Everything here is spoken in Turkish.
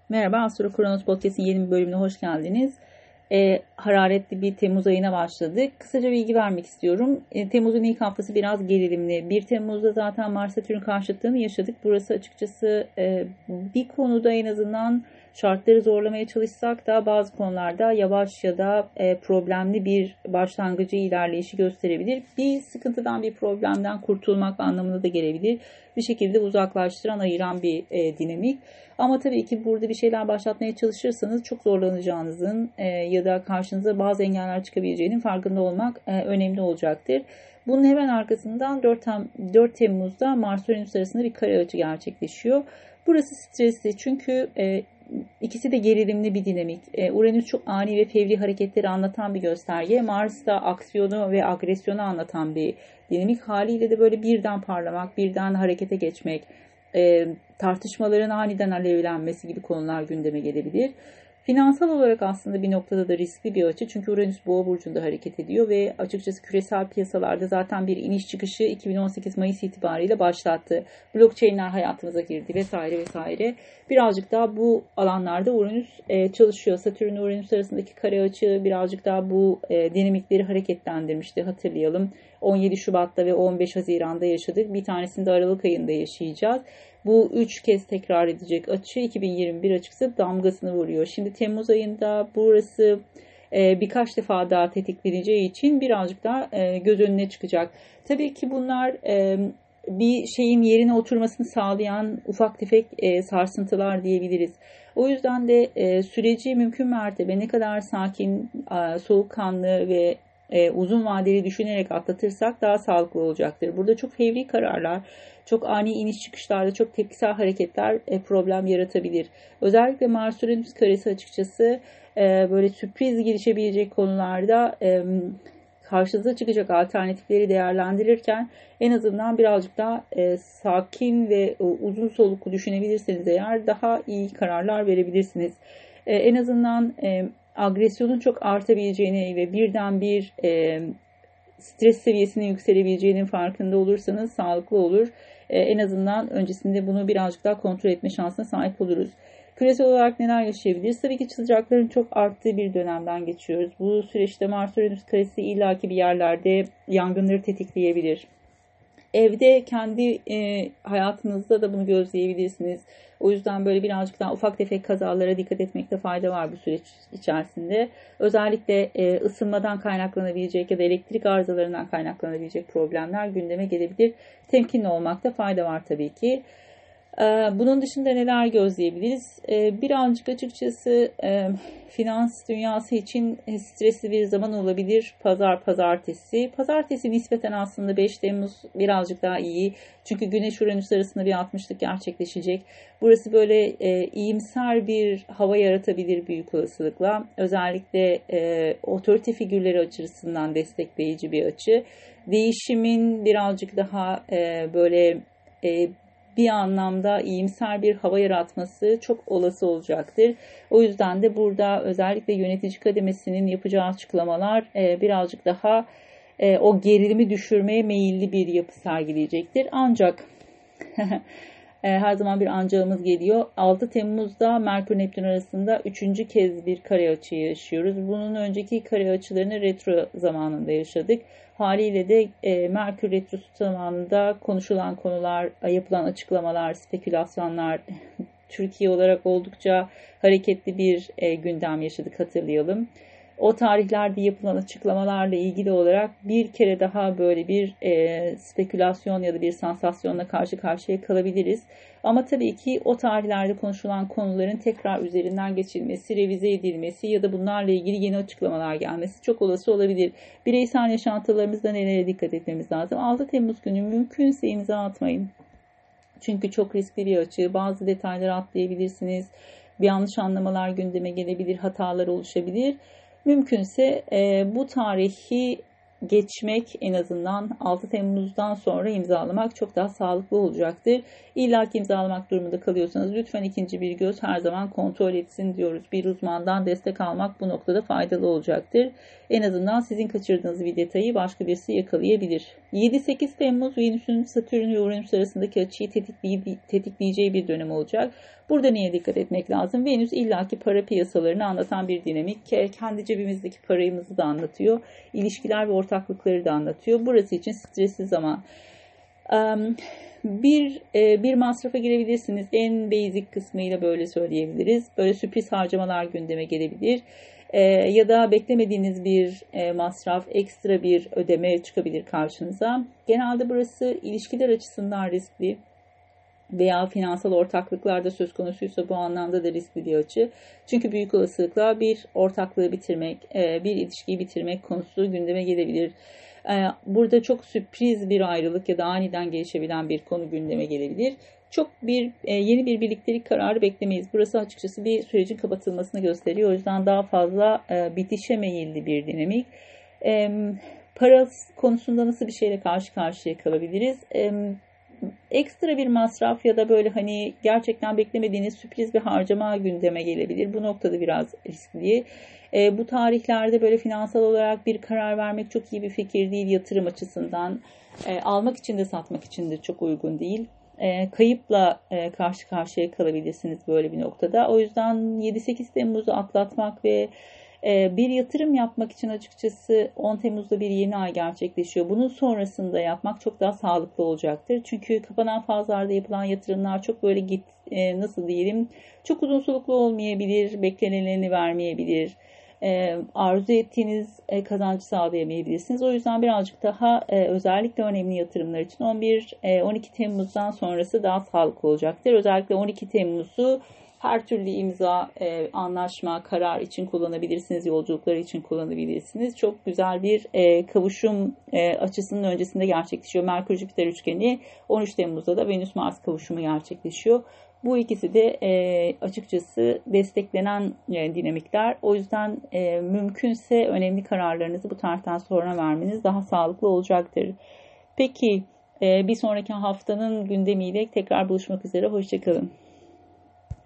Merhaba, Astro Kronos Podcast'in yeni bir bölümüne hoş geldiniz. Hararetli bir Temmuz ayına başladık. Kısaca bilgi vermek istiyorum. Temmuz'un ilk haftası biraz gerilimli. 1 Temmuz'da zaten Mars-Satürn karşıtlığını yaşadık. Burası açıkçası bir konuda en azından şartları zorlamaya çalışsak da bazı konularda yavaş ya da problemli bir başlangıcı ilerleyişi gösterebilir. Bir sıkıntıdan, bir problemden kurtulmak anlamına da gelebilir. Bir şekilde uzaklaştıran, ayıran bir dinamik. Ama tabii ki burada bir şeyler başlatmaya çalışırsanız çok zorlanacağınızın ya da karşınıza bazı engeller çıkabileceğinin farkında olmak önemli olacaktır. Bunun hemen arkasından 4 Temmuz'da Mars-Uranüs arasında bir kare açı gerçekleşiyor. Burası stresli çünkü ikisi de gerilimli bir dinamik. Uranüs çok ani ve fevri hareketleri anlatan bir gösterge. Mars da aksiyonu ve agresyonu anlatan bir dinamik. Haliyle de böyle birden parlamak, birden harekete geçmek, tartışmaların aniden alevlenmesi gibi konular gündeme gelebilir. Finansal olarak aslında bir noktada da riskli bir açı. Çünkü Uranüs Boğa burcunda hareket ediyor ve açıkçası küresel piyasalarda zaten bir iniş çıkışı 2018 Mayıs itibariyle başlattı. Blockchain'ler hayatımıza girdi vesaire vesaire. Birazcık daha bu alanlarda Uranüs çalışıyor. Satürn Uranüs arasındaki kare açı birazcık daha bu dinamikleri hareketlendirmişti, hatırlayalım. 17 Şubat'ta ve 15 Haziran'da yaşadık. Bir tanesini de Aralık ayında yaşayacağız. Bu 3 kez tekrar edecek açı 2021 açıkçası damgasını vuruyor. Şimdi Temmuz ayında burası birkaç defa daha tetikleneceği için birazcık daha göz önüne çıkacak. Tabii ki bunlar bir şeyin yerine oturmasını sağlayan ufak tefek sarsıntılar diyebiliriz. O yüzden de süreci mümkün mertebe ne kadar sakin, soğukkanlı ve uzun vadeli düşünerek atlatırsak daha sağlıklı olacaktır. Burada çok fevri kararlar, çok ani iniş çıkışlarda çok tepkisel hareketler problem yaratabilir. Özellikle Mars-Uranüs karesi açıkçası böyle sürpriz gelişebilecek konularda karşınıza çıkacak alternatifleri değerlendirirken en azından birazcık daha sakin ve uzun soluklu düşünebilirseniz eğer daha iyi kararlar verebilirsiniz. En azından agresyonun çok artabileceğini ve birden bir stres seviyesinin yükselebileceğinin farkında olursanız sağlıklı olur. En azından öncesinde bunu birazcık daha kontrol etme şansına sahip oluruz. Küresel olarak neler yaşayabiliriz? Tabii ki sıcakların çok arttığı bir dönemden geçiyoruz. Bu süreçte Mars-Uranüs karesi illaki bir yerlerde yangınları tetikleyebilir. Evde kendi hayatınızda da bunu gözleyebilirsiniz. O yüzden böyle birazcık daha ufak tefek kazalara dikkat etmekte fayda var bu süreç içerisinde. Özellikle ısınmadan kaynaklanabilecek ya da elektrik arızalarından kaynaklanabilecek problemler gündeme gelebilir. Temkinli olmakta fayda var tabii ki. Bunun dışında neler gözleyebiliriz? Birazcık açıkçası finans dünyası için stresli bir zaman olabilir. Pazartesi. Pazartesi nispeten aslında 5 Temmuz birazcık daha iyi. Çünkü Güneş Uranüs arasında bir 60'lık gerçekleşecek. Burası böyle iyimser bir hava yaratabilir büyük olasılıkla. Özellikle otorite figürleri açısından destekleyici bir açı. Değişimin birazcık daha böyle bir anlamda iyimser bir hava yaratması çok olası olacaktır. O yüzden de burada özellikle yönetici kademesinin yapacağı açıklamalar birazcık daha o gerilimi düşürmeye meyilli bir yapı sergileyecektir. Ancak her zaman bir ancağımız geliyor. 6 Temmuz'da Merkür-Neptün arasında 3. kez bir kare açı yaşıyoruz. Bunun önceki kare açılarını retro zamanında yaşadık. Haliyle de Merkür retrosu zamanında konuşulan konular, yapılan açıklamalar, spekülasyonlar Türkiye olarak oldukça hareketli bir gündem yaşadık, hatırlayalım. O tarihlerde yapılan açıklamalarla ilgili olarak bir kere daha böyle bir spekülasyon ya da bir sansasyonla karşı karşıya kalabiliriz. Ama tabii ki o tarihlerde konuşulan konuların tekrar üzerinden geçilmesi, revize edilmesi ya da bunlarla ilgili yeni açıklamalar gelmesi çok olası olabilir. Bireysel yaşantılarımızda nelere dikkat etmemiz lazım? 6 Temmuz günü mümkünse imza atmayın. Çünkü çok riskli bir açı. Bazı detayları atlayabilirsiniz. Bir yanlış anlamalar gündeme gelebilir, hatalar oluşabilir. Mümkünse bu tarihi geçmek, en azından 6 Temmuz'dan sonra imzalamak çok daha sağlıklı olacaktır. İlla ki imzalamak durumunda kalıyorsanız lütfen ikinci bir göz her zaman kontrol etsin diyoruz. Bir uzmandan destek almak bu noktada faydalı olacaktır. En azından sizin kaçırdığınız bir detayı başka birisi yakalayabilir. 7-8 Temmuz Venüs'ün Satürn ve Uranüs arasındaki açıyı tetikleyeceği bir dönem olacak. Burada neye dikkat etmek lazım? Venüs illaki para piyasalarını anlatan bir dinamik. Kendi cebimizdeki parayımızı da anlatıyor. İlişkiler ve ortaklıkları da anlatıyor. Burası için stresli zaman. Bir masrafa girebilirsiniz. En basic kısmıyla böyle söyleyebiliriz. Böyle sürpriz harcamalar gündeme gelebilir. Ya da beklemediğiniz bir masraf, ekstra bir ödeme çıkabilir karşınıza. Genelde burası ilişkiler açısından riskli veya finansal ortaklıklarda söz konusuysa bu anlamda da riskli bir açı. Çünkü büyük olasılıkla bir ortaklığı bitirmek, bir ilişkiyi bitirmek konusu gündeme gelebilir. Burada çok sürpriz bir ayrılık ya da aniden gelişebilen bir konu gündeme gelebilir. Çok yeni bir birliktelik kararı beklemeyiz. Burası açıkçası bir sürecin kapatılmasını gösteriyor. O yüzden daha fazla bitişe meyilli bir dinamik. Para konusunda nasıl bir şeyle karşı karşıya kalabiliriz? Ekstra bir masraf ya da böyle hani gerçekten beklemediğiniz sürpriz bir harcama gündeme gelebilir. Bu noktada biraz riskli. Bu tarihlerde böyle finansal olarak bir karar vermek çok iyi bir fikir değil yatırım açısından. Almak için de satmak için de çok uygun değil. Kayıpla karşı karşıya kalabilirsiniz böyle bir noktada. O yüzden 7-8 Temmuz'u atlatmak ve bir yatırım yapmak için açıkçası 10 Temmuz'da bir yeni ay gerçekleşiyor. Bunun sonrasında yapmak çok daha sağlıklı olacaktır. Çünkü kapanan fazlarda yapılan yatırımlar çok böyle nasıl diyelim, çok uzun soluklu olmayabilir, beklenileni vermeyebilir. Arzu ettiğiniz kazancı sağlayamayabilirsiniz. O yüzden birazcık daha özellikle önemli yatırımlar için 11-12 Temmuz'dan sonrası daha sağlıklı olacaktır. Özellikle 12 Temmuz'u her türlü imza, anlaşma, karar için kullanabilirsiniz, yolculuklar için kullanabilirsiniz. Çok güzel bir kavuşum açısının öncesinde gerçekleşiyor. Merkür-Jüpiter üçgeni 13 Temmuz'da da Venüs-Mars kavuşumu gerçekleşiyor. Bu ikisi de açıkçası desteklenen dinamikler. O yüzden mümkünse önemli kararlarınızı bu tarihten sonra vermeniz daha sağlıklı olacaktır. Peki bir sonraki haftanın gündemiyle tekrar buluşmak üzere. Hoşça kalın.